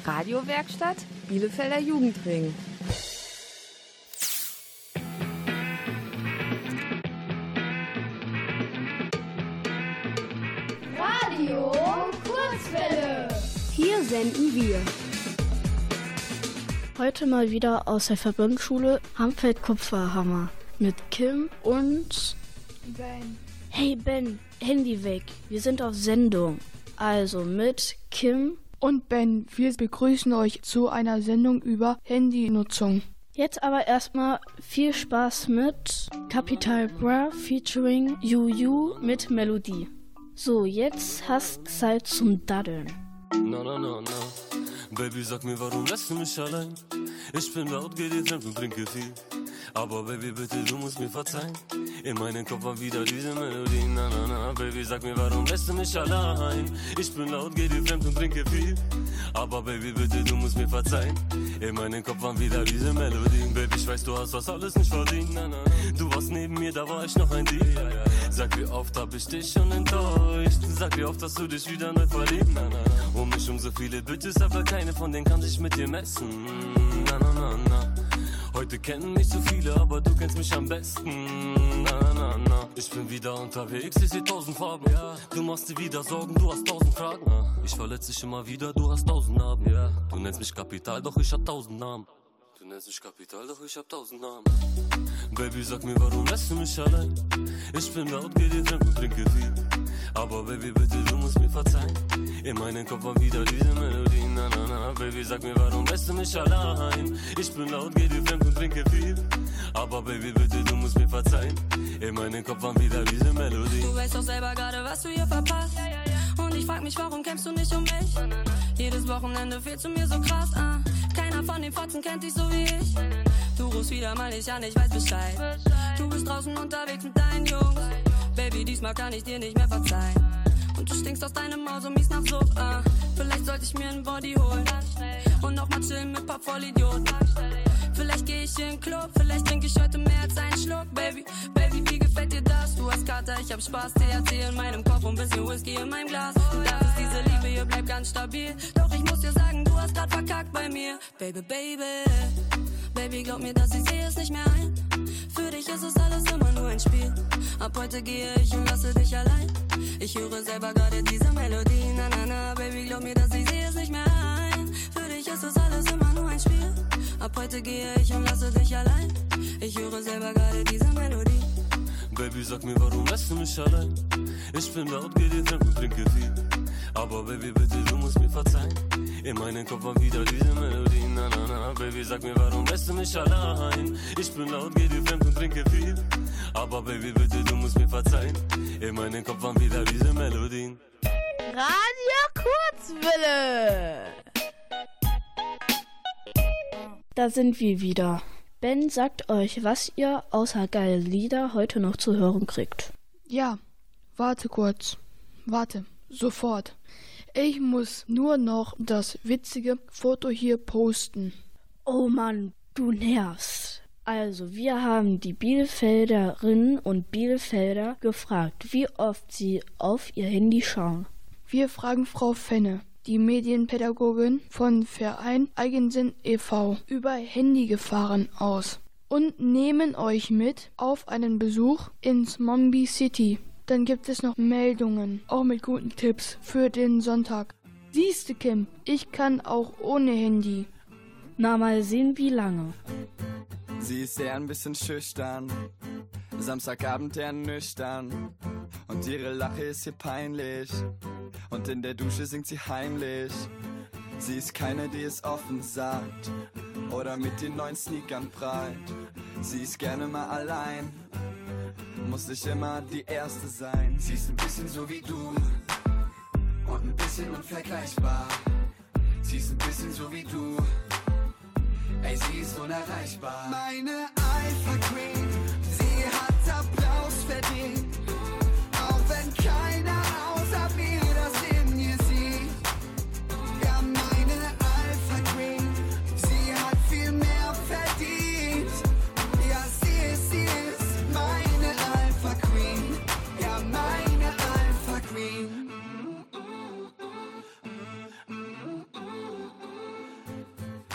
Radiowerkstatt Bielefelder Jugendring. Radio Kurzwelle. Hier senden wir. Heute mal wieder aus der Verbundschule Hamfeld-Kupferhammer mit Kim und Ben. Hey Ben, Handy weg. Wir sind auf Sendung. Also mit Kim Und Ben, wir begrüßen euch zu einer Sendung über Handynutzung. Jetzt aber erstmal viel Spaß mit Capital Bra featuring Yu mit Melodie. So, jetzt hast Zeit zum Daddeln. Na, Baby, sag mir, warum lässt du mich allein? Ich bin laut, geh dir fremd und trinke viel. Aber Baby, bitte, du musst mir verzeihen. In meinem Kopf war wieder diese Melodie. Na, Baby, sag mir, warum lässt du mich allein? Ich bin laut, geh dir fremd und trinke viel. Aber Baby, bitte, du musst mir verzeihen. In meinem Kopf waren wieder diese Melodien. Baby, ich weiß, du hast das alles nicht verdient. Na, du warst neben mir, da war ich noch ein Dieb. Sag, wie oft hab ich dich schon enttäuscht. Sag, wie oft hast du dich wieder neu verliebt. Um mich um so viele Bitches, aber keine von denen kann sich mit dir messen. Na. Heute kennen mich so viele, aber du kennst mich am besten. Na. Ich bin wieder unterwegs, ich seh 1000 Farben. Ja. Du machst dir wieder Sorgen, du hast 1000 Fragen. Ich verletze dich immer wieder, du hast 1000 Narben. Ja. Du nennst mich Kapital, doch ich hab 1000 Namen. Du nennst mich Kapital, doch ich hab 1000 Namen. Baby, sag mir, warum lässt du mich allein? Ich bin laut, geh dir fremd und trinke viel. Aber Baby, bitte, du musst mir verzeihen. In meinem Kopf war wieder diese Melodie. Na, Baby, sag mir, warum lässt du mich allein? Ich bin laut, geh dir fremd und trinke viel. Aber Baby, bitte, du musst mir verzeihen. In meinem Kopf war wieder diese Melodie. Du weißt doch selber gerade, was du hier verpasst. Und ich frag mich, warum kämpfst du nicht um mich? Jedes Wochenende fehlst du mir so krass. Keiner von den Fotzen kennt dich so wie ich. Du rufst wieder mal nicht an, ich weiß Bescheid. Du bist draußen unterwegs mit deinen Jungs. Baby, diesmal kann ich dir nicht mehr verzeihen. Und du stinkst aus deinem Maul so mies nach Sucht. Vielleicht sollte ich mir einen Body holen und noch mal chillen mit paar Vollidioten. Vielleicht geh ich in den Club, vielleicht trink ich heute mehr als einen Schluck. Baby, wie gefällt dir das? Du hast Kater, ich hab Spaß, THC in meinem Kopf und bisschen Whisky in meinem Glas. Und das ist diese Liebe, hier bleibt ganz stabil. Doch ich muss dir sagen, du hast grad verkackt bei mir. Baby, glaub mir, dass ich sehe es nicht mehr ein. Für dich ist es alles immer nur ein Spiel. Ab heute gehe ich und lasse dich allein. Ich höre selber gerade diese Melodie. Na, Baby, glaub mir, dass ich sehe es nicht mehr ein. Für dich ist es alles immer nur ein Spiel. Ab heute gehe ich und lasse dich allein. Ich höre selber gerade diese Melodie. Baby, sag mir, warum lässt du mich allein? Ich bin laut, geh dir fremd und trinke viel. Aber Baby, bitte, du musst mir verzeihen. In meinem Kopf war wieder diese Melodie. Na, Baby, sag mir, warum lässt du mich allein? Ich bin laut, geh dir fremd und trinke viel. Aber Baby, bitte, du musst mir verzeihen. In meinem Kopf waren wieder diese Melodien. Radio Kurzwelle. Da sind wir wieder. Ben sagt euch, was ihr außer geile Lieder heute noch zu hören kriegt. Ja, warte kurz. Warte, sofort. Ich muss nur noch das witzige Foto hier posten. Oh Mann, du nervst. Also, wir haben die Bielefelderinnen und Bielefelder gefragt, wie oft sie auf ihr Handy schauen. Wir fragen Frau Fenne, die Medienpädagogin von Verein Eigensinn e.V., über Handygefahren aus und nehmen euch mit auf einen Besuch in Mombi City. Dann gibt es noch Meldungen, auch mit guten Tipps für den Sonntag. Siehste, Kim, ich kann auch ohne Handy. Na, mal sehen, wie lange. Sie ist eher ein bisschen schüchtern, Samstagabend eher nüchtern. Und ihre Lache ist ihr peinlich, und in der Dusche singt sie heimlich. Sie ist keine, die es offen sagt, oder mit den neuen Sneakern prahlt. Sie ist gerne mal allein, muss nicht immer die Erste sein. Sie ist ein bisschen so wie du und ein bisschen unvergleichbar. Sie ist ein bisschen so wie du, ey, sie ist unerreichbar. Meine Alpha Queen, sie hat Applaus verdient, auch wenn keiner außer mir das in ihr sieht. Ja, meine Alpha Queen, sie hat viel mehr verdient. Ja, sie ist meine Alpha Queen. Ja, meine Alpha Queen.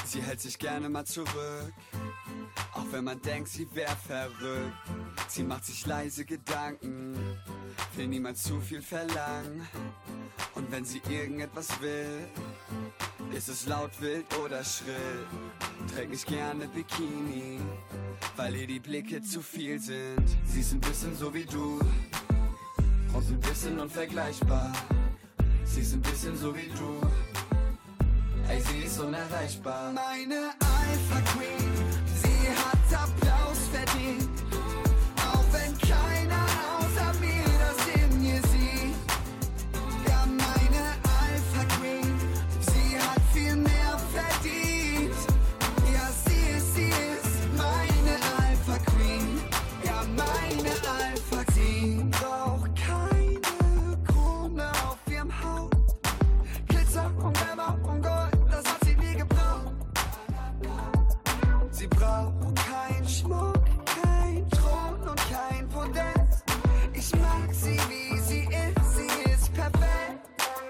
Sie hält sich gerne mal zurück, auch wenn man denkt, sie wär verrückt. Sie macht sich leise Gedanken, will niemand zu viel verlangen. Und wenn sie irgendetwas will, ist es laut, wild oder schrill. Trägt nicht gerne Bikini, weil ihr die Blicke zu viel sind. Sie ist ein bisschen so wie du und ein bisschen unvergleichbar. Sie ist ein bisschen so wie du, ey, sie ist unerreichbar. Meine Alpha Queen, sie hat Applaus verdient, auch wenn keiner außer mir das in ihr sieht. Ja, meine Alpha Queen, sie hat viel mehr verdient. Ja, sie ist meine Alpha Queen. Ja, meine Alpha Queen. Braucht keine Krone auf ihrem Haupt, Glitzer und Glamour und Gold, das hat sie nie gebraucht. Sie braucht keinen Schmuck, kein Thron und kein Podest. Ich mag sie, wie sie ist perfekt.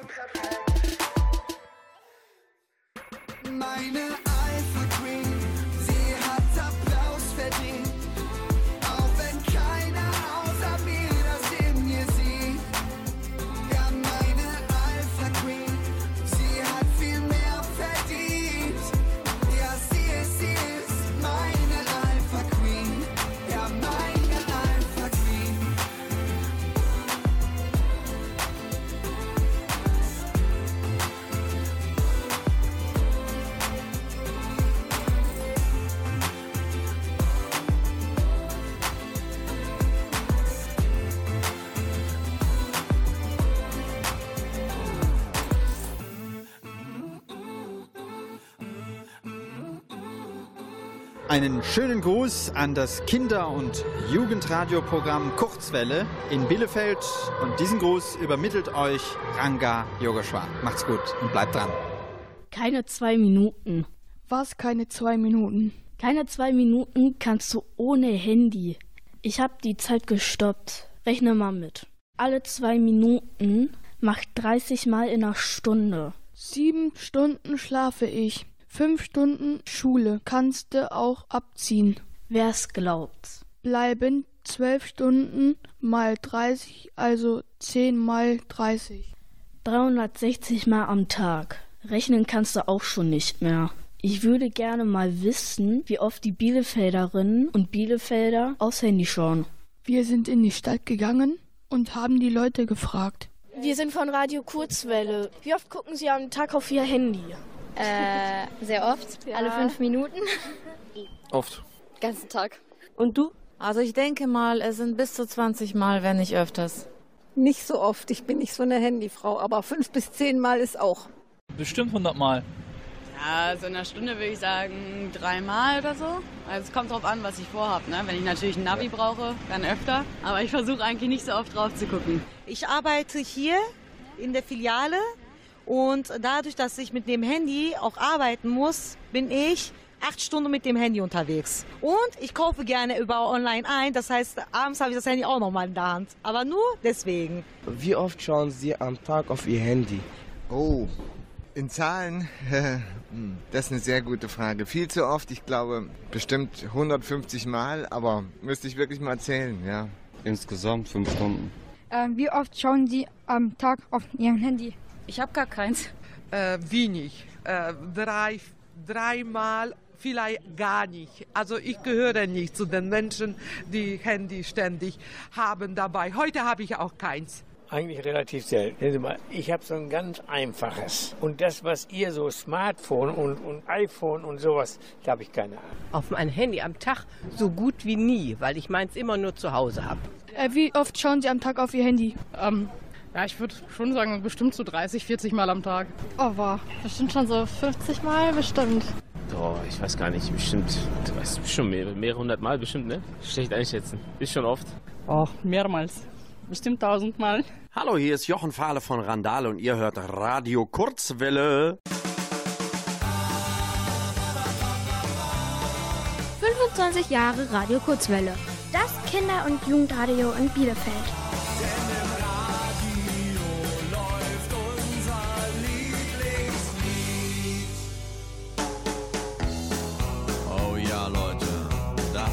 Meine Alpha Queen, sie hat Applaus verdient, auch wenn keiner außer mir das in ihr sieht. Ja, meine Alpha Queen, sie hat viel mehr verdient. Ja, sie ist meine Alpha Queen. Ja, meine Alpha Queen. Einen schönen Gruß an das Kinder- und Jugendradioprogramm Kurzwelle in Bielefeld. Und diesen Gruß übermittelt euch Ranga Yogeshwar. Macht's gut und bleibt dran. Keine 2 Minuten. Was, keine 2 Minuten? Keine 2 Minuten kannst du ohne Handy. Ich habe die Zeit gestoppt. Rechne mal mit. Alle 2 Minuten macht 30 Mal in einer Stunde. 7 Stunden schlafe ich. 5 Stunden Schule kannst du auch abziehen. Wer's glaubt. Bleiben 12 Stunden mal 30, also 10 mal 30. 360 Mal am Tag. Rechnen kannst du auch schon nicht mehr. Ich würde gerne mal wissen, wie oft die Bielefelderinnen und Bielefelder aufs Handy schauen. Wir sind in die Stadt gegangen und haben die Leute gefragt. Wir sind von Radio Kurzwelle. Wie oft gucken Sie am Tag auf Ihr Handy? Sehr oft. Ja. Alle 5 Minuten. Oft. Ganzen Tag. Und du? Also ich denke mal, es sind bis zu 20 Mal, wenn nicht öfters. Nicht so oft. Ich bin nicht so eine Handyfrau, aber 5 bis 10 Mal ist auch. Bestimmt 100 Mal. Ja, so in einer Stunde würde ich sagen 3 Mal oder so. Also es kommt drauf an, was ich vorhabe. Ne? Wenn ich natürlich ein Navi brauche, dann öfter. Aber ich versuche eigentlich nicht so oft drauf zu gucken. Ich arbeite hier in der Filiale und dadurch, dass ich mit dem Handy auch arbeiten muss, bin ich 8 Stunden mit dem Handy unterwegs. Und ich kaufe gerne über online ein. Das heißt, abends habe ich das Handy auch nochmal in der Hand. Aber nur deswegen. Wie oft schauen Sie am Tag auf Ihr Handy? Oh, in Zahlen? Das ist eine sehr gute Frage. Viel zu oft, ich glaube bestimmt 150 Mal, aber müsste ich wirklich mal zählen, ja. Insgesamt 5 Stunden. Wie oft schauen Sie am Tag auf Ihr Handy? Ich habe gar keins. Wenig. 3 Mal, vielleicht gar nicht. Also ich gehöre nicht zu den Menschen, die Handy ständig haben dabei. Heute habe ich auch keins. Eigentlich relativ selten. Ich habe so ein ganz einfaches. Und das, was ihr so Smartphone und iPhone und sowas, da habe ich keine Ahnung. Auf mein Handy am Tag so gut wie nie, weil ich meins immer nur zu Hause habe. Wie oft schauen Sie am Tag auf Ihr Handy? Ja, ich würde schon sagen, bestimmt so 30, 40 Mal am Tag. Oh, wow. Bestimmt schon so 50 Mal, bestimmt. Oh, ich weiß gar nicht, bestimmt mehrere 100 Mal, bestimmt, ne? Schlecht einschätzen. Ist schon oft. Oh, mehrmals. Bestimmt 1000 Mal. Hallo, hier ist Jochen Fahle von Randale und ihr hört Radio Kurzwelle. 25 Jahre Radio Kurzwelle. Das Kinder- und Jugendradio in Bielefeld.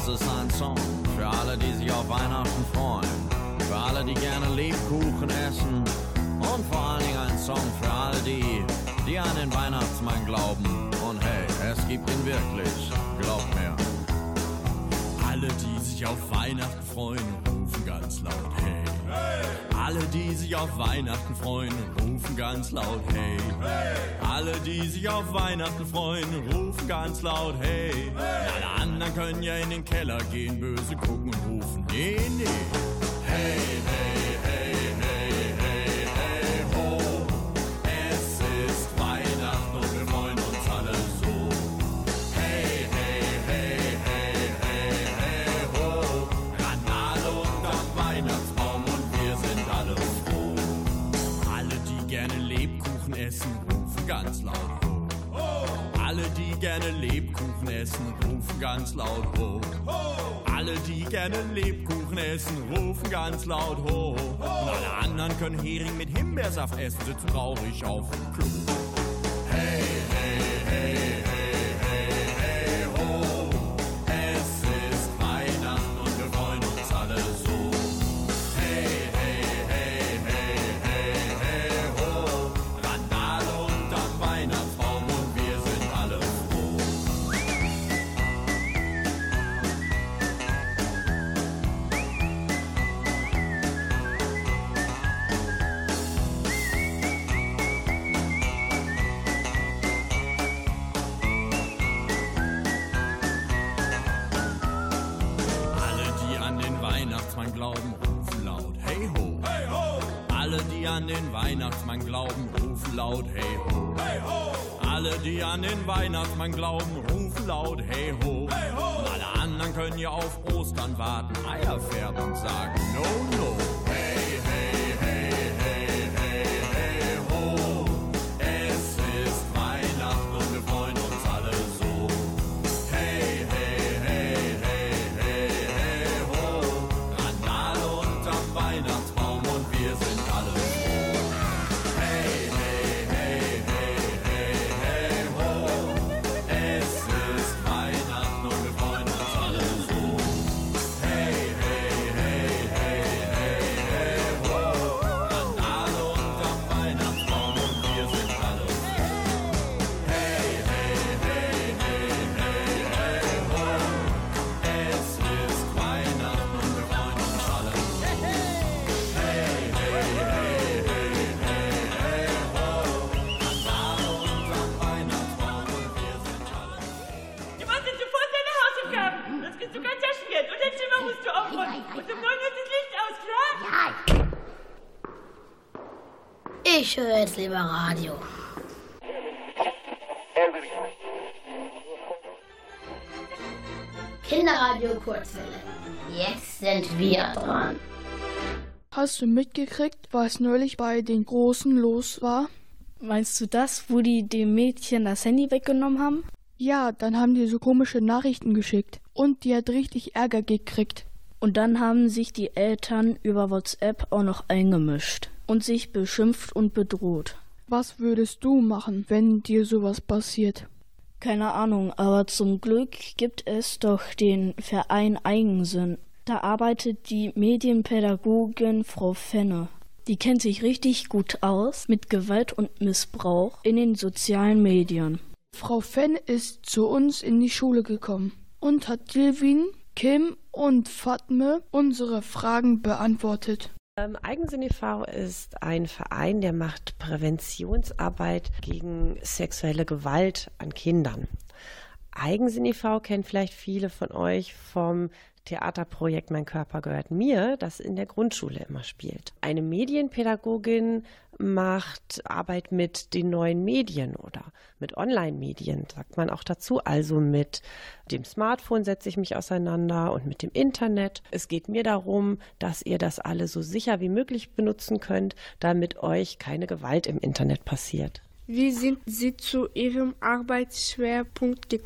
Das ist ein Song für alle, die sich auf Weihnachten freuen. Für alle, die gerne Lebkuchen essen. Und vor allen Dingen ein Song für alle die an den Weihnachtsmann glauben. Und hey, es gibt ihn wirklich, glaub mir. Alle, die sich auf Weihnachten freuen, rufen ganz laut hey. Hey! Alle, die sich auf Weihnachten freuen, rufen ganz laut hey. Hey! Alle, die sich auf Weihnachten freuen, rufen ganz laut hey. Hey! Alle anderen können ja in den Keller gehen, böse gucken und rufen nee, nee. Hey, hey, hey, hey, hey, hey, ho. Es ist Weihnachten und wir freuen uns alle so. Hey, hey, hey, hey, hey, hey, ho. Randale unterm Weihnachtsbaum und wir sind alle froh. Alle, die gerne Lebkuchen essen, rufen ganz laut ho. Alle, die gerne Lebkuchen essen, rufen ganz laut ho. Alle, die gerne Lebkuchen essen, rufen ganz laut ho. Und alle anderen können Hering mit Himbeersaft essen, sitzen traurig auf dem Klo. Hey, hey, hey, hey, hey, hey, ho. Es ist Weihnachten und wir freuen uns alle so. Hey, hey, hey, hey, hey, hey, ho. Randale unterm Weihnachtsbaum und wir sind alle froh. Glauben, rufen laut, hey ho. Hey ho. Alle, die an den Weihnachtsmann glauben, rufen laut, hey ho. Hey ho. Alle, die an den Weihnachtsmann glauben, rufen laut, hey ho. Hey ho. Und alle anderen können ja auf Ostern warten, Eier färben und sagen, no, no. Hey, hey, hey, hey, hey, hey, ho. Es ist Weihnachten und wir freuen uns alle so. Hey, hey, hey, hey, hey, hey, ho. Weihnachtsbaum und wir sind alle froh. Hey, hey, hey, hey, hey, hey, ho. Es ist Weihnachten und wir freuen uns alle so. Hey, hey, hey, hey, hey, hey, ho. Randale unterm Weihnachtsbaum und wir sind alle froh. Hey, hey, hey, hey, hey, hey, ho. Es ist Weihnachten und wir freuen uns alle so. Ich höre jetzt lieber Radio. Kinderradio Kurzwelle. Jetzt sind wir dran. Hast du mitgekriegt, was neulich bei den Großen los war? Meinst du das, wo die dem Mädchen das Handy weggenommen haben? Ja, dann haben die so komische Nachrichten geschickt. Und die hat richtig Ärger gekriegt. Und dann haben sich die Eltern über WhatsApp auch noch eingemischt und sich beschimpft und bedroht. Was würdest du machen, wenn dir sowas passiert? Keine Ahnung, aber zum Glück gibt es doch den Verein Eigensinn. Da arbeitet die Medienpädagogin Frau Fenne. Die kennt sich richtig gut aus mit Gewalt und Missbrauch in den sozialen Medien. Frau Fenne ist zu uns in die Schule gekommen und hat Dilwin, Kim und Fatme unsere Fragen beantwortet. Eigensinn e.V. ist ein Verein, der macht Präventionsarbeit gegen sexuelle Gewalt an Kindern. Eigensinn e.V. kennen vielleicht viele von euch vom Theaterprojekt Mein Körper gehört mir, das in der Grundschule immer spielt. Eine Medienpädagogin macht Arbeit mit den neuen Medien oder mit Online-Medien, sagt man auch dazu. Also mit dem Smartphone setze ich mich auseinander und mit dem Internet. Es geht mir darum, dass ihr das alle so sicher wie möglich benutzen könnt, damit euch keine Gewalt im Internet passiert. Wie sind Sie zu Ihrem Arbeitsschwerpunkt gekommen?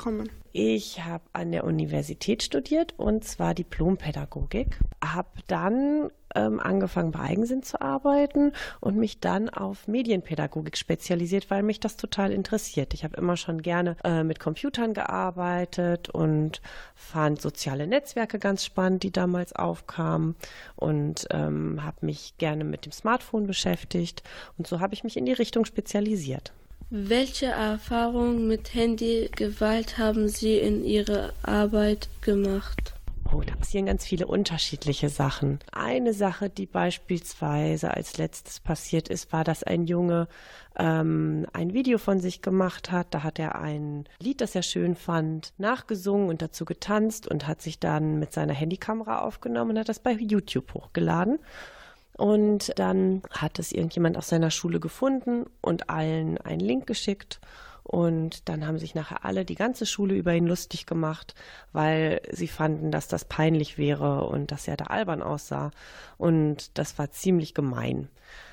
Ich habe an der Universität studiert und zwar Diplompädagogik. Habe dann angefangen bei Eigensinn zu arbeiten und mich dann auf Medienpädagogik spezialisiert, weil mich das total interessiert. Ich habe immer schon gerne mit Computern gearbeitet und fand soziale Netzwerke ganz spannend, die damals aufkamen und habe mich gerne mit dem Smartphone beschäftigt und so habe ich mich in die Richtung spezialisiert. Welche Erfahrungen mit Handygewalt haben Sie in Ihrer Arbeit gemacht? Oh, da passieren ganz viele unterschiedliche Sachen. Eine Sache, die beispielsweise als letztes passiert ist, war, dass ein Junge ein Video von sich gemacht hat. Da hat er ein Lied, das er schön fand, nachgesungen und dazu getanzt und hat sich dann mit seiner Handykamera aufgenommen und hat das bei YouTube hochgeladen. Und dann hat es irgendjemand aus seiner Schule gefunden und allen einen Link geschickt. Und dann haben sich nachher alle, die ganze Schule über ihn lustig gemacht, weil sie fanden, dass das peinlich wäre und dass er da albern aussah. Und das war ziemlich gemein.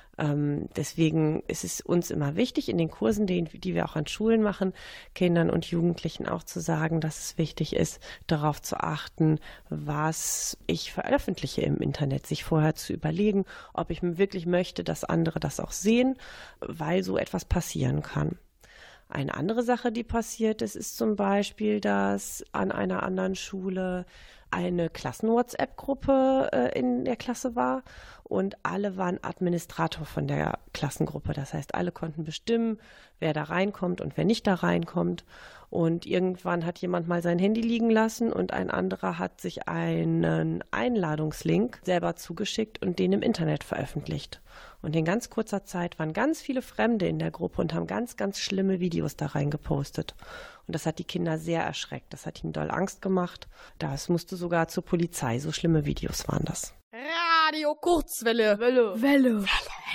Deswegen ist es uns immer wichtig, in den Kursen, die wir auch an Schulen machen, Kindern und Jugendlichen auch zu sagen, dass es wichtig ist, darauf zu achten, was ich veröffentliche im Internet, sich vorher zu überlegen, ob ich wirklich möchte, dass andere das auch sehen, weil so etwas passieren kann. Eine andere Sache, die passiert ist, ist zum Beispiel, dass an einer anderen Schule eine Klassen-WhatsApp-Gruppe in der Klasse war und alle waren Administrator von der Klassengruppe. Das heißt, alle konnten bestimmen, wer da reinkommt und wer nicht da reinkommt. Und irgendwann hat jemand mal sein Handy liegen lassen und ein anderer hat sich einen Einladungslink selber zugeschickt und den im Internet veröffentlicht. Und in ganz kurzer Zeit waren ganz viele Fremde in der Gruppe und haben ganz, ganz schlimme Videos da rein gepostet. Und das hat die Kinder sehr erschreckt. Das hat ihnen doll Angst gemacht. Das musste sogar zur Polizei. So schlimme Videos waren das. Radio Kurzwelle. Welle.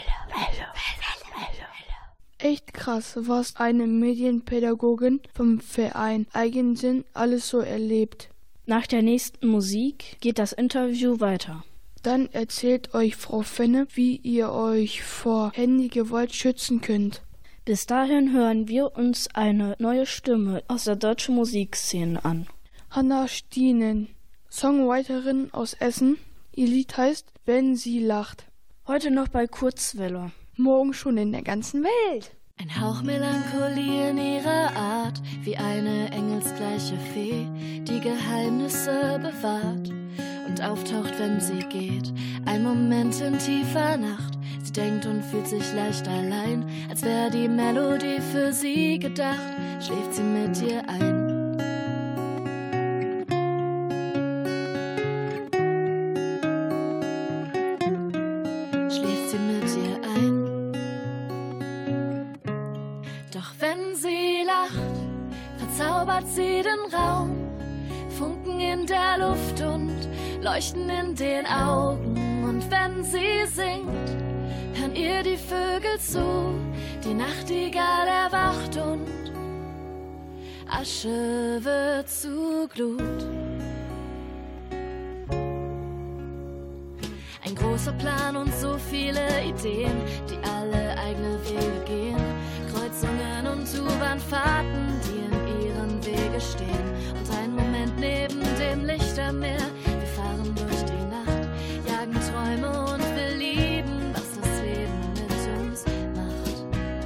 Echt krass, was eine Medienpädagogin vom Verein Eigensinn alles so erlebt. Nach der nächsten Musik geht das Interview weiter. Dann erzählt euch Frau Fenne, wie ihr euch vor Handygewalt schützen könnt. Bis dahin hören wir uns eine neue Stimme aus der deutschen Musikszene an. Hanna Stienen, Songwriterin aus Essen. Ihr Lied heißt Wenn sie lacht. Heute noch bei Kurzwelle. Morgen schon in der ganzen Welt. Ein Hauch Melancholie in ihrer Art, wie eine engelsgleiche Fee, die Geheimnisse bewahrt und auftaucht, wenn sie geht. Ein Moment in tiefer Nacht, sie denkt und fühlt sich leicht allein, als wäre die Melodie für sie gedacht, schläft sie mit ihr ein. Schläft sie mit ihr ein. Doch wenn sie lacht, verzaubert sie den Raum. Funken in der Luft und leuchten in den Augen. Und wenn sie singt, hören ihr die Vögel zu. Die Nachtigall erwacht und Asche wird zu Glut. Ein großer Plan und so viele Ideen, die alle eigene Wege gehen. Kreuzungen und U-Bahn-Fahrten, die in ihren Wege stehen. Und ein Moment neben dem Lichtermeer. Wir fahren durch die Nacht, jagen Träume und wir lieben, was das Leben mit uns macht.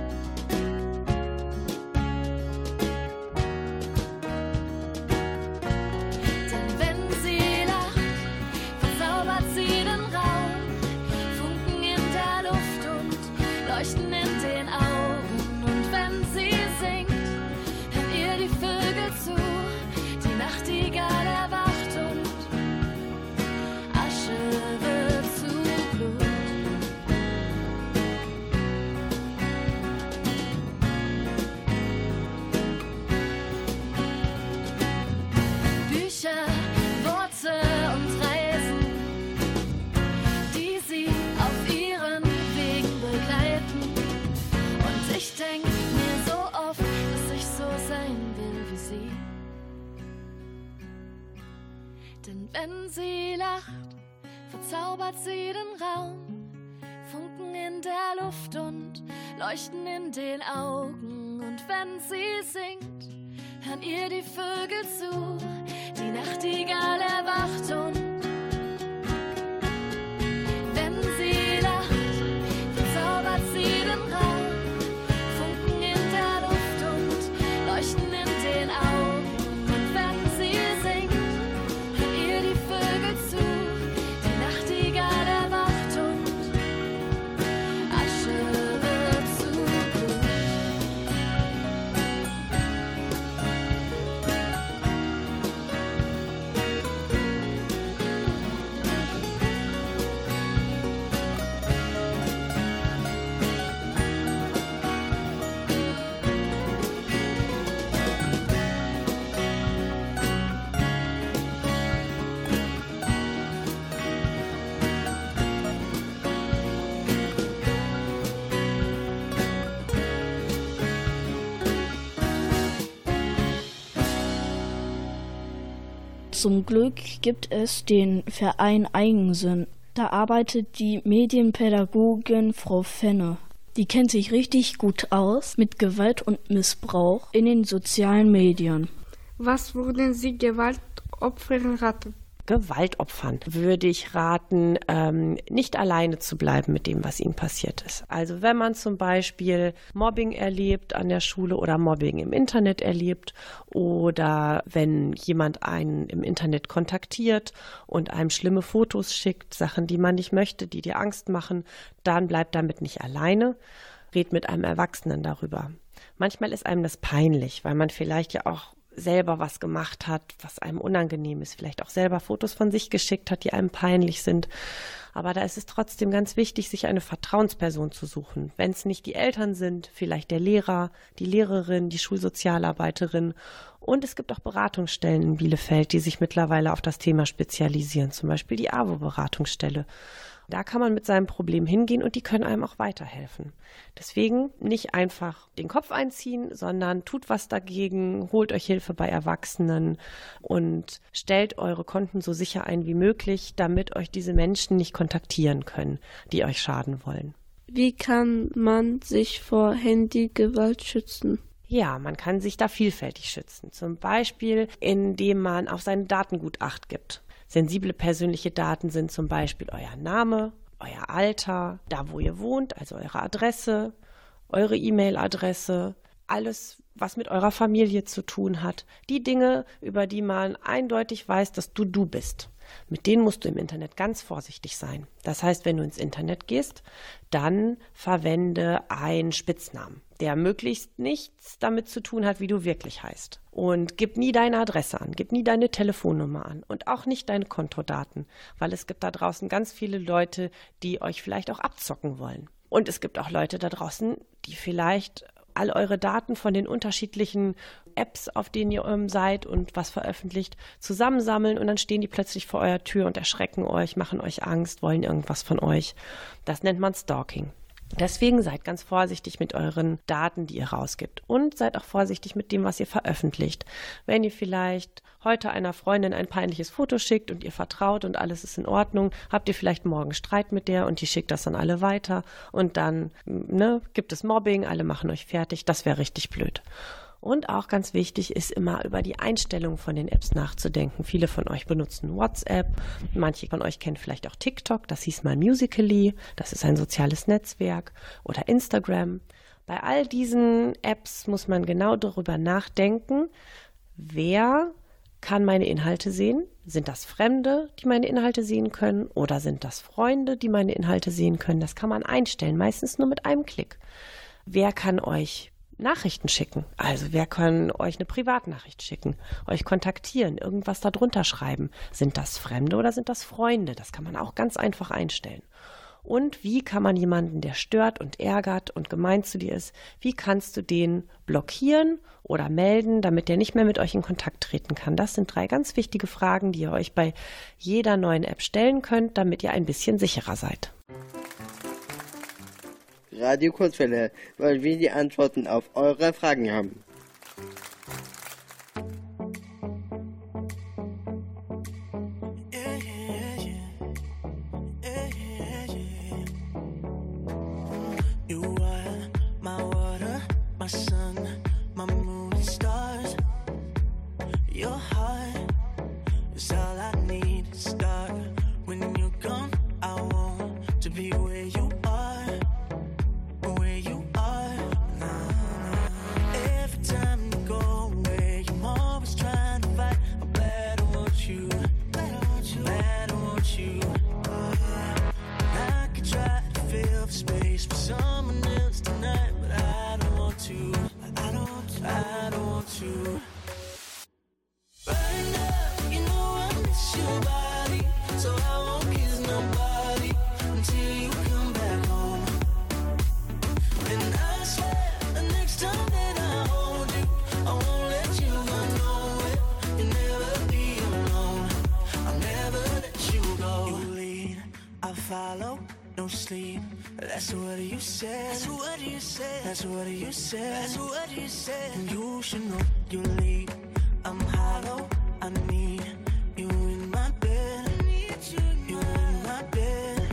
Denn wenn sie lacht, verzaubert sie den Raum. Funken in der Luft und leuchten in den Augen. Und wenn sie singt, hören ihr die Vögel zu. Die Nachtigall erwacht und Asche wird zu Blut. Bücher, Worte und Reisen, die sie auf ihren Wegen begleiten. Und ich denk mir so oft, dass ich so sein will wie sie. Denn wenn sie lacht, verzaubert sie den Raum. Funken in der Luft und leuchten in den Augen. Und wenn sie singt, hören ihr die Vögel zu, die Nachtigall erwacht und wenn sie lacht, verzaubert sie den Raum, Funken in der Luft und leuchten in den Augen. Und wenn sie singt, hören ihr die Vögel zu, die Nachtigall erwacht und Asche wird zu Glut. Zum Glück gibt es den Verein Eigensinn. Da arbeitet die Medienpädagogin Frau Fenne. Die kennt sich richtig gut aus mit Gewalt und Missbrauch in den sozialen Medien. Was würden Sie Gewaltopfern raten? Gewaltopfern würde ich raten, nicht alleine zu bleiben mit dem, was ihnen passiert ist. Also wenn man zum Beispiel Mobbing erlebt an der Schule oder Mobbing im Internet erlebt oder wenn jemand einen im Internet kontaktiert und einem schlimme Fotos schickt, Sachen, die man nicht möchte, die dir Angst machen, dann bleibt damit nicht alleine. Red mit einem Erwachsenen darüber. Manchmal ist einem das peinlich, weil man vielleicht ja auch selber was gemacht hat, was einem unangenehm ist, vielleicht auch selber Fotos von sich geschickt hat, die einem peinlich sind. Aber da ist es trotzdem ganz wichtig, sich eine Vertrauensperson zu suchen. Wenn es nicht die Eltern sind, vielleicht der Lehrer, die Lehrerin, die Schulsozialarbeiterin. Und es gibt auch Beratungsstellen in Bielefeld, die sich mittlerweile auf das Thema spezialisieren, zum Beispiel die AWO-Beratungsstelle. Da kann man mit seinem Problem hingehen und die können einem auch weiterhelfen. Deswegen nicht einfach den Kopf einziehen, sondern tut was dagegen, holt euch Hilfe bei Erwachsenen und stellt eure Konten so sicher ein wie möglich, damit euch diese Menschen nicht kontaktieren können, die euch schaden wollen. Wie kann man sich vor Handygewalt schützen? Ja, man kann sich da vielfältig schützen. Zum Beispiel, indem man auf seine Datengut Acht gibt. Sensible persönliche Daten sind zum Beispiel euer Name, euer Alter, da wo ihr wohnt, also eure Adresse, eure E-Mail-Adresse, alles, was mit eurer Familie zu tun hat. Die Dinge, über die man eindeutig weiß, dass du bist. Mit denen musst du im Internet ganz vorsichtig sein. Das heißt, wenn du ins Internet gehst, dann verwende einen Spitznamen, der möglichst nichts damit zu tun hat, wie du wirklich heißt. Und gib nie deine Adresse an, gib nie deine Telefonnummer an und auch nicht deine Kontodaten, weil es gibt da draußen ganz viele Leute, die euch vielleicht auch abzocken wollen. Und es gibt auch Leute da draußen, die vielleicht all eure Daten von den unterschiedlichen Apps, auf denen ihr seid und was veröffentlicht, zusammensammeln und dann stehen die plötzlich vor eurer Tür und erschrecken euch, machen euch Angst, wollen irgendwas von euch. Das nennt man Stalking. Deswegen seid ganz vorsichtig mit euren Daten, die ihr rausgibt und seid auch vorsichtig mit dem, was ihr veröffentlicht. Wenn ihr vielleicht heute einer Freundin ein peinliches Foto schickt und ihr vertraut und alles ist in Ordnung, habt ihr vielleicht morgen Streit mit der und die schickt das dann alle weiter und dann gibt es Mobbing, alle machen euch fertig, das wäre richtig blöd. Und auch ganz wichtig ist immer über die Einstellungen von den Apps nachzudenken. Viele von euch benutzen WhatsApp, manche von euch kennen vielleicht auch TikTok, das hieß mal Musical.ly, das ist ein soziales Netzwerk, oder Instagram. Bei all diesen Apps muss man genau darüber nachdenken, wer kann meine Inhalte sehen? Sind das Fremde, die meine Inhalte sehen können, oder sind das Freunde, die meine Inhalte sehen können? Das kann man einstellen, meistens nur mit einem Klick. Wer kann euch Nachrichten schicken? Also wer kann euch eine Privatnachricht schicken, euch kontaktieren, irgendwas darunter schreiben? Sind das Fremde oder sind das Freunde? Das kann man auch ganz einfach einstellen. Und wie kann man jemanden, der stört und ärgert und gemein zu dir ist, wie kannst du den blockieren oder melden, damit der nicht mehr mit euch in Kontakt treten kann? Das sind 3 ganz wichtige Fragen, die ihr euch bei jeder neuen App stellen könnt, damit ihr ein bisschen sicherer seid. Radio Kurzwelle, weil wir die Antworten auf eure Fragen haben. You are my water, my sun, my moon and stars. sleep. That's what you said. That's what you said. That's what you said. That's what you said. And you should know you leave. I'm hollow. I need you in my bed. You in my bed.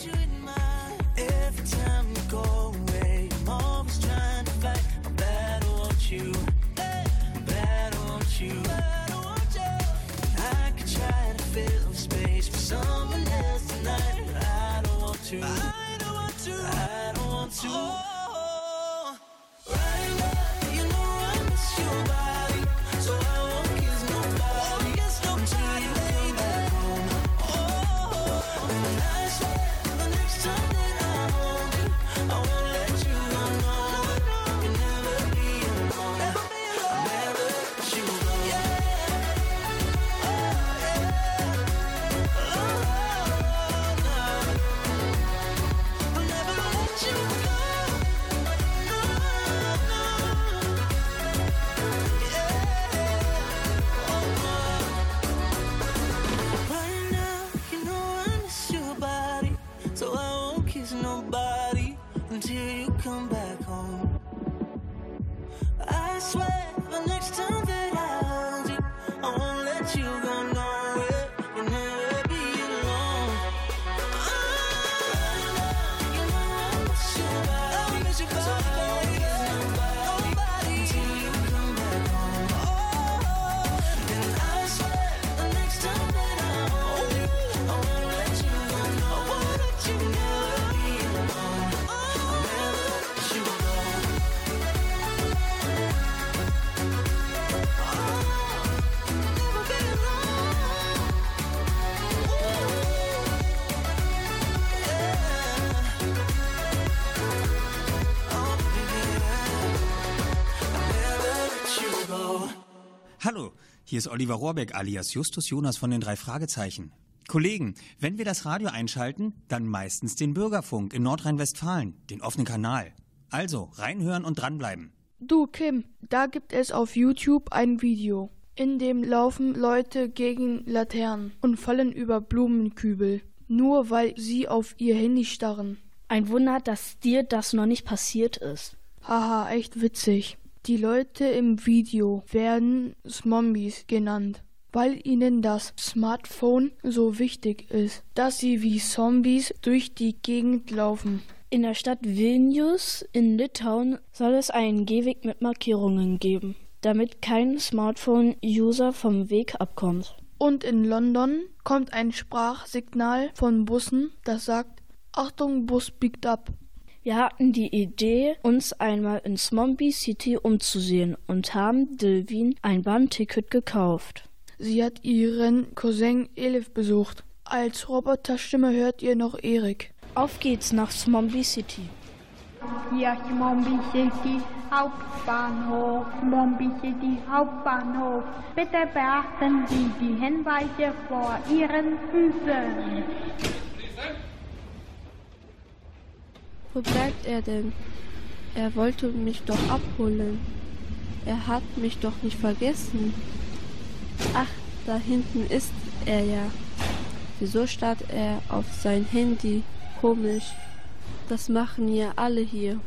Every time you go away, I'm always trying to fight. I'm bad, I want you. Bad, I want you. I could try to fill the space for someone else tonight, but I don't want to. I don't want to. I don't want to. Oh, right now, you know I miss your body, so I won't kiss nobody until you come back home. Oh, and I swear the next time that I hold you, I won't let you go. No, you'll never be alone. I'll never let you go. Nobody until you come back home. I swear the next time that I hold you, I won't let you go nowhere. You'll never be alone. Right now, you know I miss your body. I miss your body. So I won't kiss nobody until you come back home. Oh, and I swear the next time that I hold you, I won't let you go. No, I won't let you go. Hallo, hier ist Oliver Rohrbeck alias Justus Jonas von den 3 Fragezeichen. Kollegen, wenn wir das Radio einschalten, dann meistens den Bürgerfunk in Nordrhein-Westfalen, den offenen Kanal. Also reinhören und dranbleiben. Du Kim, da gibt es auf YouTube ein Video. In dem laufen Leute gegen Laternen und fallen über Blumenkübel, nur weil sie auf ihr Handy starren. Ein Wunder, dass dir das noch nicht passiert ist. Haha, echt witzig. Die Leute im Video werden Zombies genannt, weil ihnen das Smartphone so wichtig ist, dass sie wie Zombies durch die Gegend laufen. In der Stadt Vilnius in Litauen soll es einen Gehweg mit Markierungen geben, damit kein Smartphone-User vom Weg abkommt. Und in London kommt ein Sprachsignal von Bussen, das sagt: Achtung, Bus biegt ab. Wir hatten die Idee, uns einmal in Zombie City umzusehen und haben Dilwin ein Bahnticket gekauft. Sie hat ihren Cousin Elif besucht. Als Roboterstimme hört ihr noch Erik. Auf geht's nach Zombie City. Hier Zombie City Hauptbahnhof, Zombie City Hauptbahnhof. Bitte beachten Sie die Hinweise vor Ihren Füßen. Wo bleibt er denn? Er wollte mich doch abholen. Er hat mich doch nicht vergessen. Ach, da hinten ist er ja. Wieso starrt er auf sein Handy? Komisch. Das machen ja alle hier.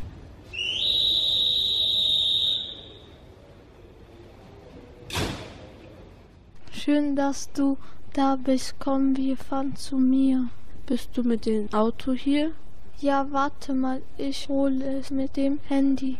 Schön, dass du da bist. Komm, wir fahren zu mir. Bist du mit dem Auto hier? Ja, warte mal, ich hole es mit dem Handy.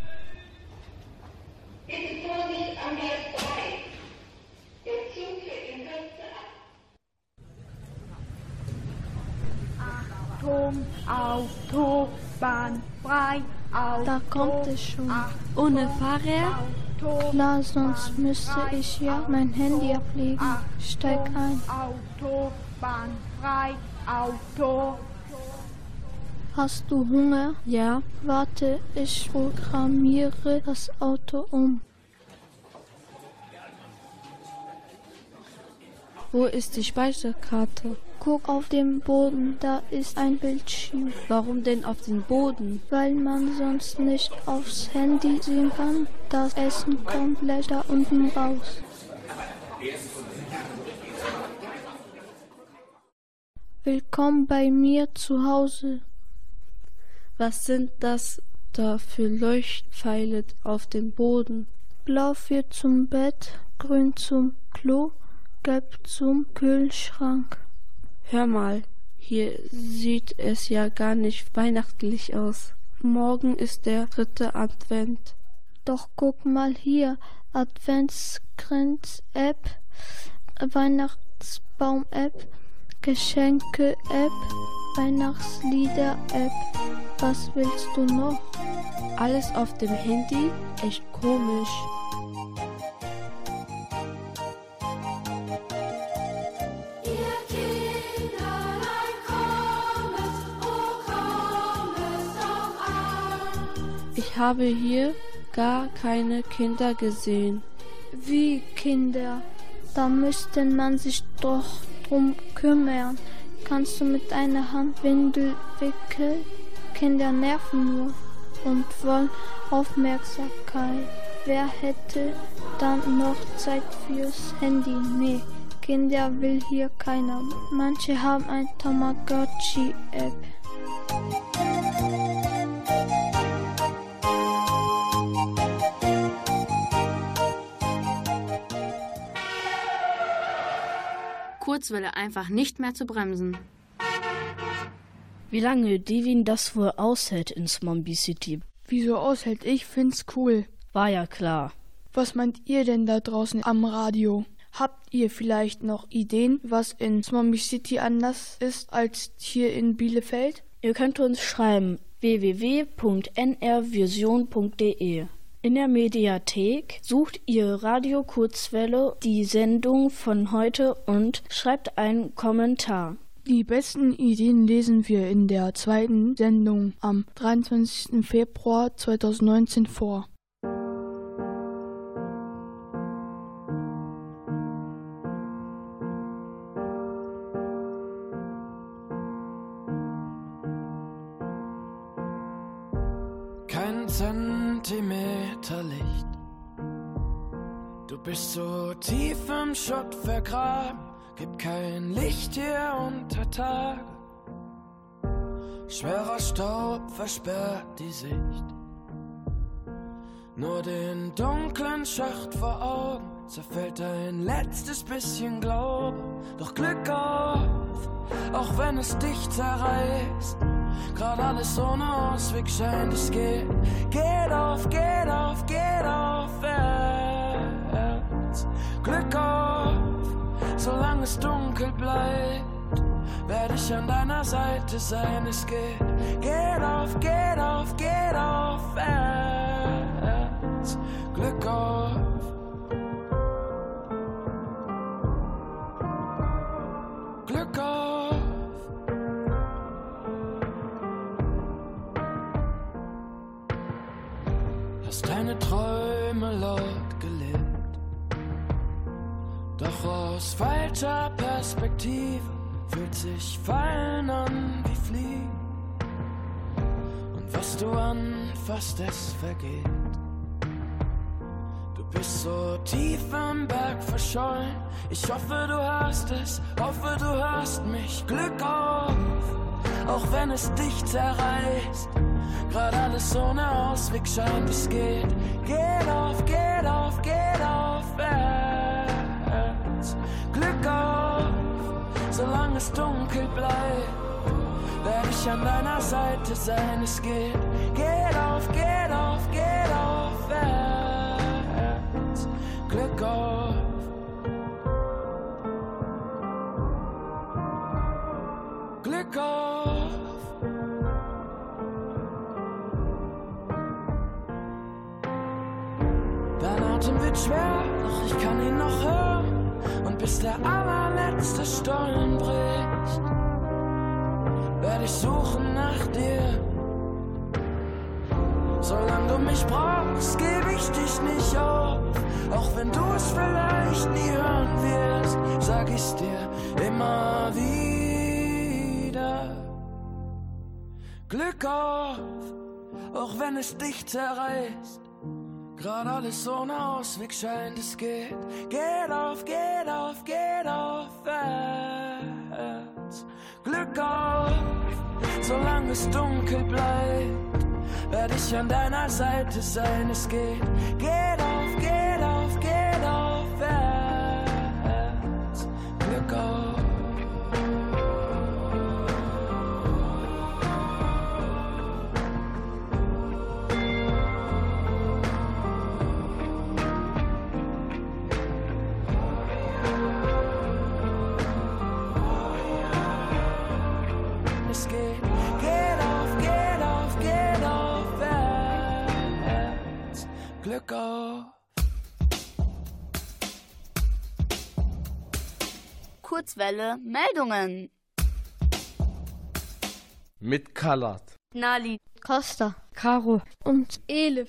Achtung, Autobahn frei. Da kommt es schon. Ohne Fahrräder? Na, sonst müsste ich ja mein Handy ablegen. Steig ein. Autobahn frei, Auto. Hast du Hunger? Ja. Warte, ich programmiere das Auto um. Wo ist die Speicherkarte? Guck auf den Boden, da ist ein Bildschirm. Warum denn auf den Boden? Weil man sonst nicht aufs Handy sehen kann. Das Essen kommt gleich da unten raus. Willkommen bei mir zu Hause. Was sind das da für Leuchtpfeile auf dem Boden? Blau für zum Bett, grün zum Klo, gelb zum Kühlschrank. Hör mal, hier sieht es ja gar nicht weihnachtlich aus. Morgen ist der 3. Advent. Doch guck mal hier, Adventskränz-App, Weihnachtsbaum-App, Geschenke-App, Weihnachtslieder-App. Was willst du noch? Alles auf dem Handy? Echt komisch. Ich habe hier gar keine Kinder gesehen. Wie Kinder? Da müsste man sich doch drum kümmern. Kannst du mit einer Hand Windel wickeln? Kinder nerven nur und wollen Aufmerksamkeit. Wer hätte dann noch Zeit fürs Handy? Nee, Kinder will hier keiner. Manche haben ein Tamagotchi-App. Kurzwelle einfach nicht mehr zu bremsen. Wie lange Devin das wohl aushält in Zombie City? Wieso aushält? Ich find's cool. War ja klar. Was meint ihr denn da draußen am Radio? Habt ihr vielleicht noch Ideen, was in Zombie City anders ist als hier in Bielefeld? Ihr könnt uns schreiben www.nrvision.de. In der Mediathek sucht ihr Radio Kurzwelle die Sendung von heute und schreibt einen Kommentar. Die besten Ideen lesen wir in der zweiten Sendung am 23. Februar 2019 vor. Kein Zentimeter Licht. Du bist so tief im Schutt vergraben. Gibt kein Licht hier unter Tage. Schwerer Staub versperrt die Sicht. Nur den dunklen Schacht vor Augen zerfällt ein letztes bisschen Glaube. Doch Glück auf, auch wenn es dich zerreißt. Grad alles ohne Ausweg scheint, es geht. Geht auf, geht auf, geht aufwärts. Glück auf, solange es dunkel bleibt, werde ich an deiner Seite sein. Es geht. Geht auf, geht auf, geht aufwärts. Glück auf. Glück auf. Hast deine Träume laut gelebt, doch aus falscher Perspektive fühlt sich Fallen an wie Fliegen. Und was du anfasst, es vergeht. Du bist so tief im Berg verschollen. Ich hoffe, du hörst es, hoffe, du hörst mich. Glück auf, auch wenn es dich zerreißt. Grad alles ohne Ausweg scheint, es geht. Geht auf, geht auf, geht aufwärts. Glück auf, solange es dunkel bleibt, werde ich an deiner Seite sein. Es geht. Geht auf, geht auf, geht aufwärts. Glück auf. Glück auf. Dein Atem wird schwer, doch ich kann ihn noch hören. Und bis der allerletzte Stollen bricht, werde ich suchen nach dir. Solange du mich brauchst, gebe ich dich nicht auf. Auch wenn du es vielleicht nie hören wirst, sag ich's dir immer wieder. Glück auf, auch wenn es dich zerreißt. Grad alles ohne Ausweg scheint, es geht. Geht auf, geht auf, geht aufwärts. Glück auf, solange es dunkel bleibt, werde ich an deiner Seite sein. Es geht auf, geht auf, geht aufwärts, Glück auf. Es geht auf, geht auf, geht aufwärts, Glück auf. Kurzwelle Meldungen. Mit Kalat, Nali, Costa, Caro und Elif.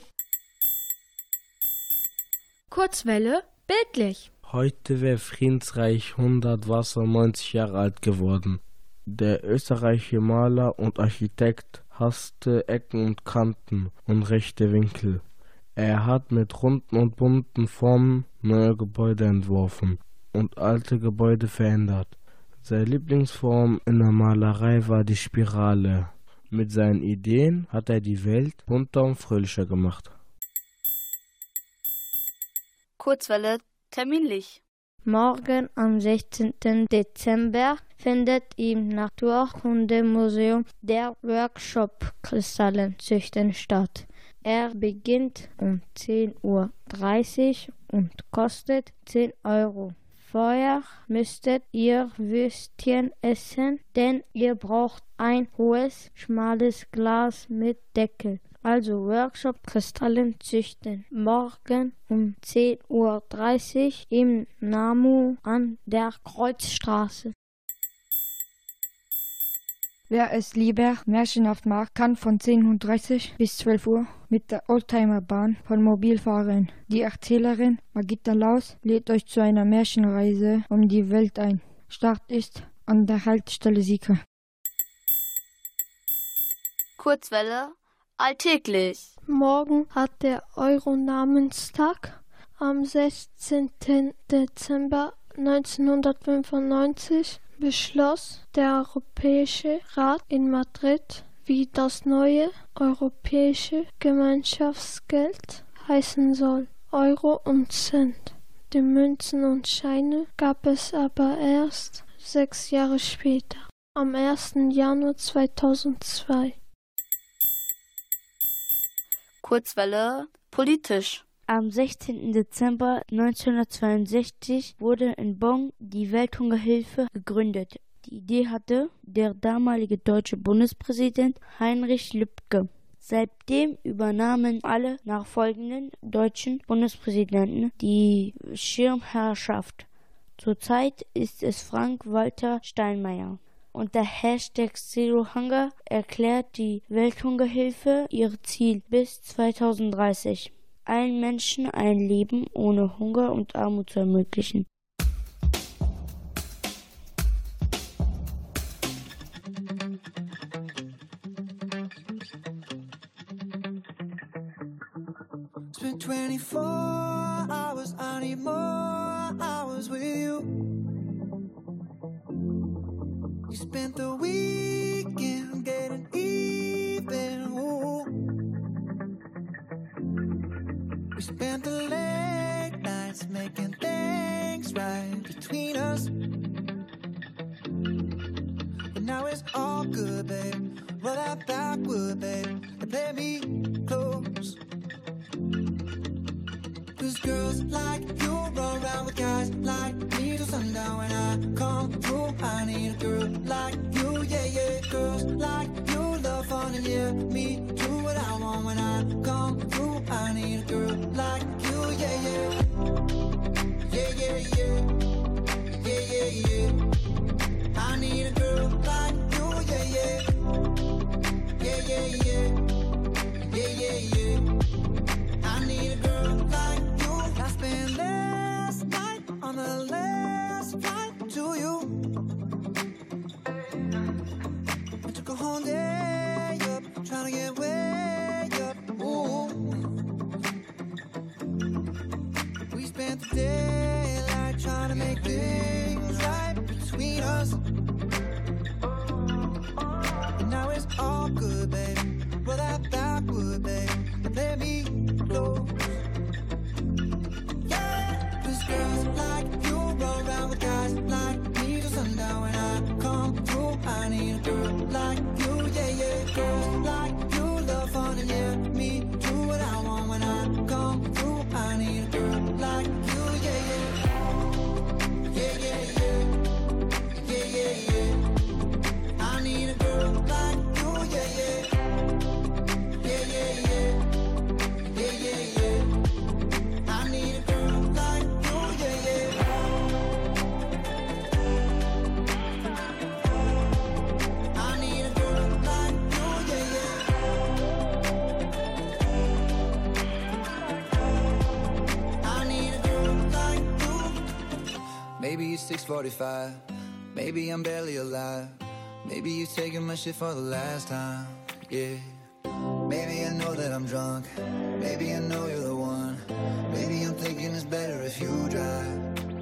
Kurzwelle bildlich. heute wäre Friedensreich 100 Wasser 90 Jahre alt geworden. Der österreichische Maler und Architekt hasste Ecken und Kanten und rechte Winkel. Er hat mit runden und bunten Formen neue Gebäude entworfen und alte Gebäude verändert. Seine Lieblingsform in der Malerei war die Spirale. Mit seinen Ideen hat er die Welt bunter und fröhlicher gemacht. Kurzwelle terminlich. Morgen am 16. Dezember findet im Naturkundemuseum der Workshop Kristallenzüchten statt. Er beginnt um 10:30 Uhr und kostet 10 Euro. Vorher müsstet ihr Würstchen essen, denn ihr braucht ein hohes, schmales Glas mit Deckel. Also Workshop Kristallen züchten. Morgen um 10:30 Uhr im NAMU an der Kreuzstraße. Wer es lieber märchenhaft mag, kann von 10:30 Uhr bis 12 Uhr mit der Oldtimerbahn von Mobil fahren. Die Erzählerin Margitta Laus lädt euch zu einer Märchenreise um die Welt ein. Start ist an der Haltestelle Sieke. Kurzwelle alltäglich. Morgen hat der Euro-Namenstag. Am 16. Dezember 1995 beschloss der Europäische Rat in Madrid, wie das neue europäische Gemeinschaftsgeld heißen soll. Euro und Cent. Die Münzen und Scheine gab es aber erst 6 Jahre später, am 1. Januar 2002. Kurzwelle politisch. Am 16. Dezember 1962 wurde in Bonn die Welthungerhilfe gegründet. Die Idee hatte der damalige deutsche Bundespräsident Heinrich Lübke. Seitdem übernahmen alle nachfolgenden deutschen Bundespräsidenten die Schirmherrschaft. Zurzeit ist es Frank-Walter Steinmeier. Unter Hashtag Zero Hunger erklärt die Welthungerhilfe ihr Ziel bis 2030. Allen Menschen ein Leben ohne Hunger und Armut zu ermöglichen. It's been 24 hours, I need more hours with you. We spent the weekend getting even. Ooh. We spent the late nights making things right between us. But now it's all good, babe. Roll that backward, babe, and play me close. 'Cause girls like you run around with guys like me till sundown. When I come through, I need a girl like you, yeah, yeah. Girls like you love fun and yeah, me do what I want. When I come through, I need a girl like you, yeah, yeah. Yeah, yeah, yeah. Yeah, yeah, yeah. I need a girl like you, yeah, yeah. Yeah, yeah, yeah. Yeah, yeah, yeah. I need a girl like you. I spent last night on the last flight to you. I took a whole day up, trying to get way up. Ooh. We spent the daylight trying to make things right between us. And now all good, baby. Well, that would, baby. Let me go. Yeah, 'cause girls like you run around with guys like me till sundown. When I come through, I need a girl like you, yeah, yeah. Girls like you love fun and yeah, me do what I want. When I come through, I need a girl like you, yeah, yeah. Yeah, yeah, yeah. Yeah, yeah, yeah. I need a girl like you, yeah, yeah. Yeah, yeah, yeah. Yeah, yeah, yeah. I need a girl like you, yeah, yeah. I need a girl like you, yeah, yeah. I need a girl like you. Maybe it's 6:45. Maybe I'm barely alive. Maybe you're taking my shit for the last time, yeah. Maybe I know that I'm drunk. Maybe I know you're the one. Maybe I'm thinking it's better if you drive.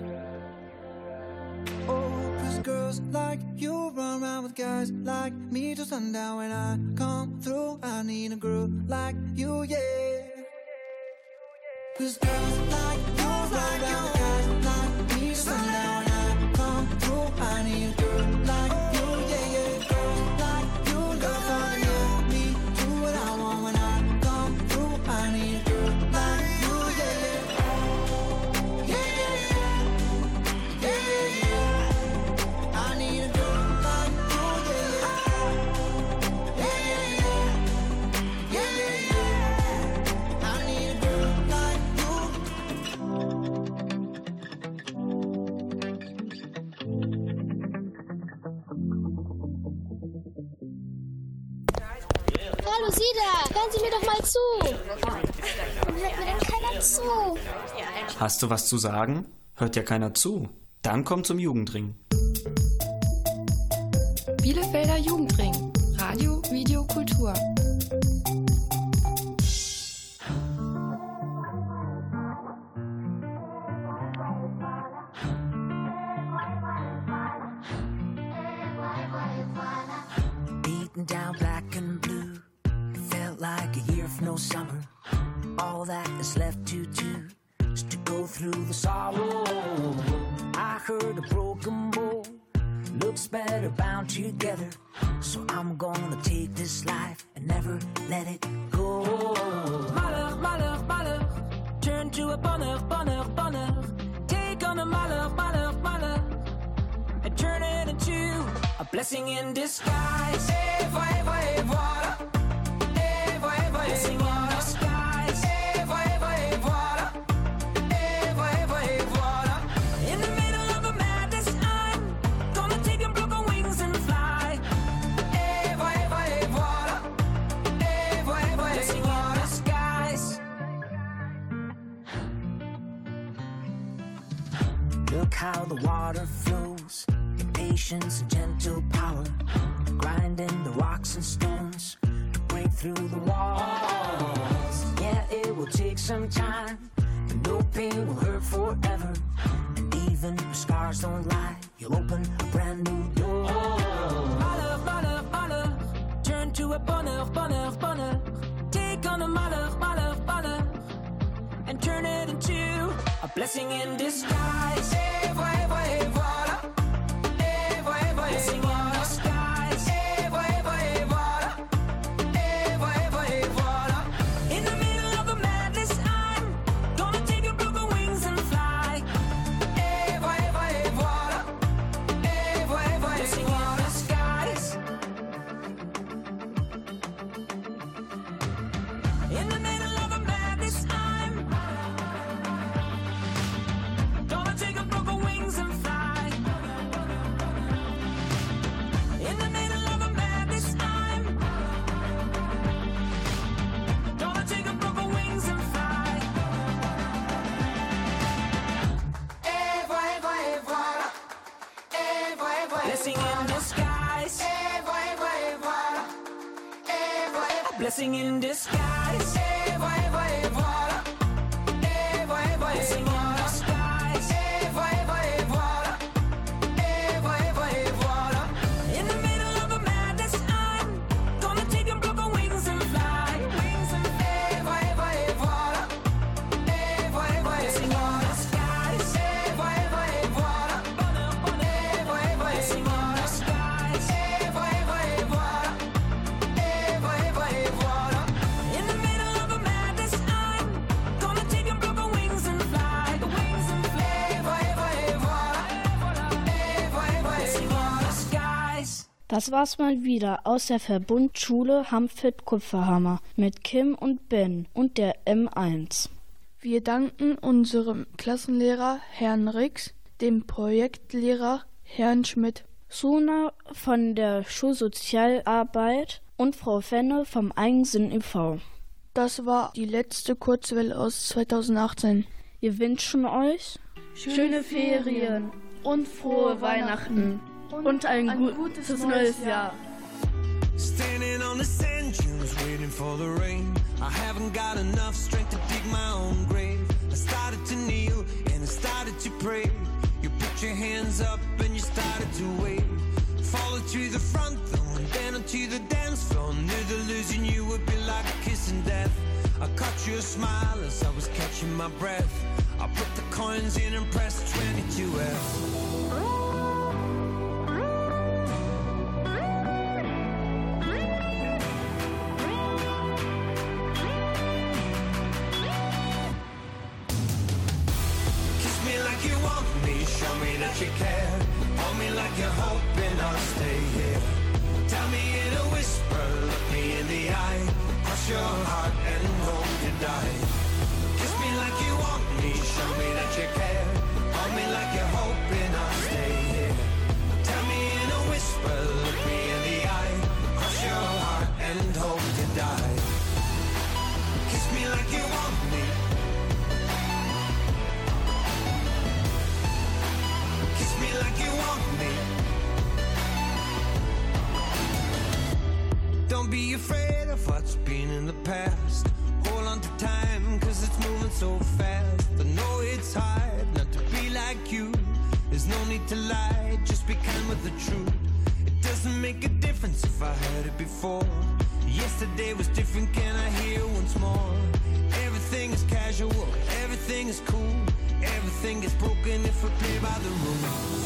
Oh, 'cause girls like you run around with guys like me till sundown. When I come through, I need a girl like you, yeah. 'Cause girls like you run around with guys like me till sundown. When I come through, I need a girl like you, yeah, yeah. Girls like you love fun, yeah. Me do what I want. When I come through, I need a girl like you, yeah, yeah. Yeah, yeah, yeah. Yeah, yeah, yeah. I need a girl like you, yeah, yeah. Yeah, yeah, yeah. Yeah, yeah, yeah. I need a girl like you. Hallo Sie da, hören Sie mir doch mal zu. Warum hört mir denn keiner zu? Hast du was zu sagen? Hört ja keiner zu. Dann komm zum Jugendring. Bielefelder Jugendring. Radio, Video, Kultur. Beaten down black and blue. It felt like a year of no summer. All that is left to do is to go through the sorrow. I heard a broken bowl looks better bound together. So I'm gonna take this life and never let it go. Malheur, malheur, malheur. Turn to a bonheur, bonheur, bonheur. Take on a malheur, malheur, malheur. And turn it into a blessing in disguise. Et voilà, et voilà. Et voilà, et voilà. Blessing in disguise. Et voilà, et voilà. Et voilà, et voilà. In the middle of a madness, I'm gonna take and broken wings and fly. Et voilà, et voilà. Et voilà, et voilà. Blessing in disguise. Look how the water flows. Patience and gentle power, grinding the rocks and stones to break through the walls. Yeah, it will take some time, but no pain will hurt forever. And even if scars don't lie, you'll open a brand new door. Malheur, malheur, malheur, turn to a bonheur, bonheur, bonheur. Take on a malheur, malheur, malheur, and turn it into a blessing in disguise. Et voilà, et voilà. Blessing in disguise. Et voilà, et voilà. Et voilà, et voilà. In the middle of a madness, I'm gonna take your broken wings and fly. Et voilà, et voilà. Et voilà, et voilà. Blessing in disguise. In the middle of a madness, I'm gonna take your broken wings and fly. In the middle of a madness, I'm gonna take a broken wings and fly. Et voilà, et voilà. Et voilà, et voilà. Blessing in disguise. Et voilà, et voilà. Et voilà, et voilà. Blessing in disguise. Et voilà, et voilà. Et voilà, et voilà. Blessing in disguise. Et voilà, et voilà. Et voilà, et voilà. In the middle of a madness, I'm Das war's mal wieder aus der Verbundschule Hamfeld-Kupferhammer mit Kim und Ben und der M1. Wir danken unserem Klassenlehrer Herrn Rix, dem Projektlehrer Herrn Schmidt, Suna von der Schulsozialarbeit und Frau Fenne vom Eigensinn e.V. Das war die letzte Kurzwelle aus 2018. Wir wünschen euch schöne Ferien und frohe Weihnachten und ein gutes neues Jahr. Standing on the sand dunes, waiting for the rain. I haven't got enough strength to dig my own grave. I started to kneel and I started to pray. You put your hands up and you started to wave. Followed to the front door and then onto the dance floor. Knew that losing you would be like a kiss in death. I caught you a smile as I was catching my breath. I put the coins in and pressed 22F. Show me that you care. Hold me like you're hoping I'll stay here. Tell me in a whisper, look me in the eye. Cross your heart and hope to die. Kiss me like you want me. Show me that you care. Hold me like you're hoping I'll stay here. Tell me in a whisper, look me in the eye. Cross your heart and hope to die. Kiss me like you want me. Like you want me. Don't be afraid of what's been in the past. Hold on to time, cause it's moving so fast. I know it's hard not to be like you. There's no need to lie, just be kind with the truth. It doesn't make a difference if I heard it before. Yesterday was different, can I hear once more? Everything is casual, everything is cool. Everything is broken if we play by the rules.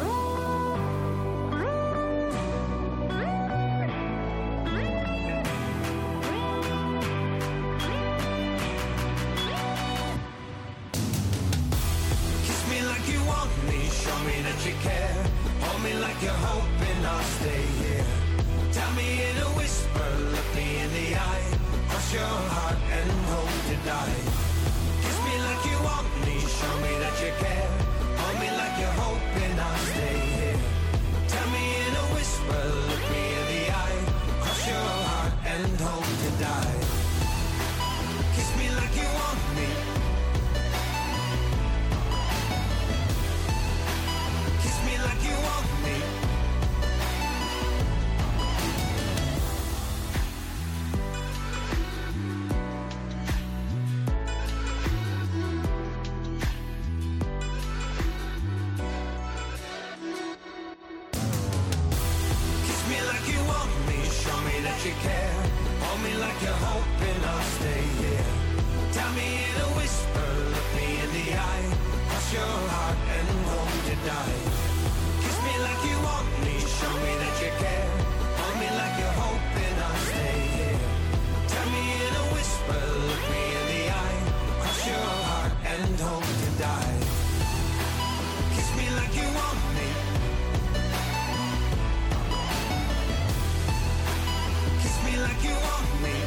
Kiss me like you want me, show me that you care. Hold me like you're hoping I'll stay here. Tell me in a whisper, look me in the eye. Cross your heart and hope to die. Kiss me like you want me, show me that you care. Hold me like you're hoping I'll stay here. Tell me in a whisper, look me in the eye. Cross your heart and hope to die. Kiss me like you want me. Kiss me like you want me. You care, hold me like you're hoping I'll stay here. Tell me in a whisper, look me in the eye. Cross your heart and hope to die. Kiss me like you want me, show me that you care. Hold me like you're hoping I'll stay here. Tell me in a whisper, look me in the eye. Cross your heart and hope to die. Kiss me like you want me. Like you want me.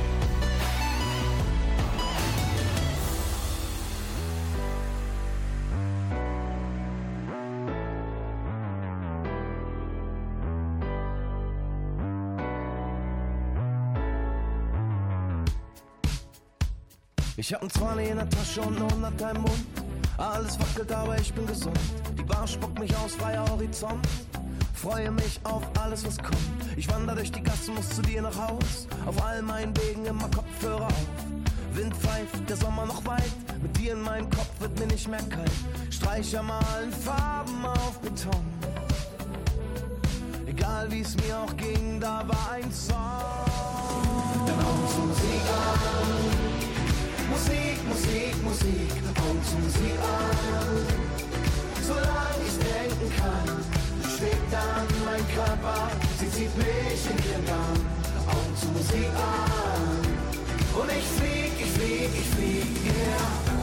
Ich hab 'n 20 in der Tasche und 100 im Mund. Alles wackelt, aber ich bin gesund. Die Bar spuckt mich aus, freier Horizont. Freue mich auf alles, was kommt. Ich wandere durch die Gassen, muss zu dir nach Haus. Auf all meinen Wegen immer Kopfhörer auf. Wind pfeift, der Sommer noch weit. Mit dir in meinem Kopf wird mir nicht mehr kalt. Streicher malen Farben auf Beton. Egal wie es mir auch ging, da war ein Song. Dann Augen zu Musik an. Musik, Musik, Musik. Augen zu Musik an. Solange ich denken kann. Schwebt an mein Körper, sie zieht mich in ihren Bann. Augen zu Musik an. Und ich flieg, ich flieg, ich flieg, yeah.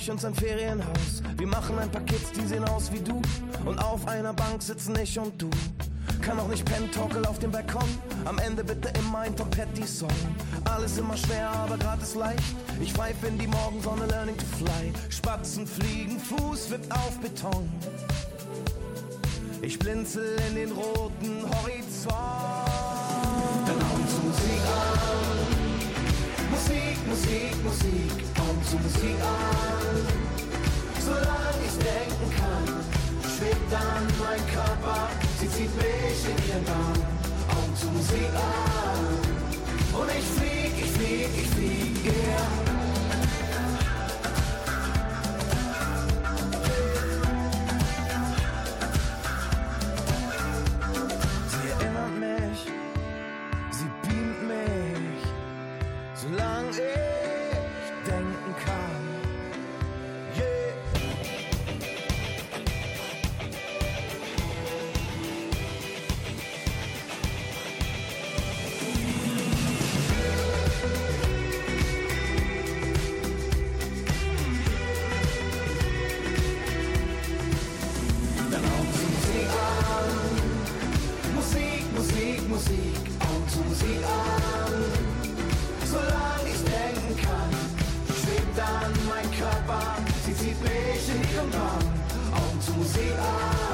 ich und sein Ferienhaus. Wir machen ein paar Kids, die sehen aus wie du. Und auf einer Bank sitzen ich und du. Kann auch nicht pennen, torkel auf dem Balkon. Am Ende bitte immer ein Tom Petty-Song. Alles immer schwer, aber grad ist leicht. Ich pfeife in die Morgensonne, learning to fly. Spatzen fliegen, Fuß wippt auf Beton. Ich blinzel in den roten Horizont. Dann Augen zu Musik an. Musik, Musik, Musik. Augen zu Musik an. Solange ich denken kann, schwebt dann mein Körper. Sie zieht mich in ihren Bann. Augen zu Musik an. Und ich flieg, yeah. Sie zieht mich in ihren Bann, Augen zu Musik an.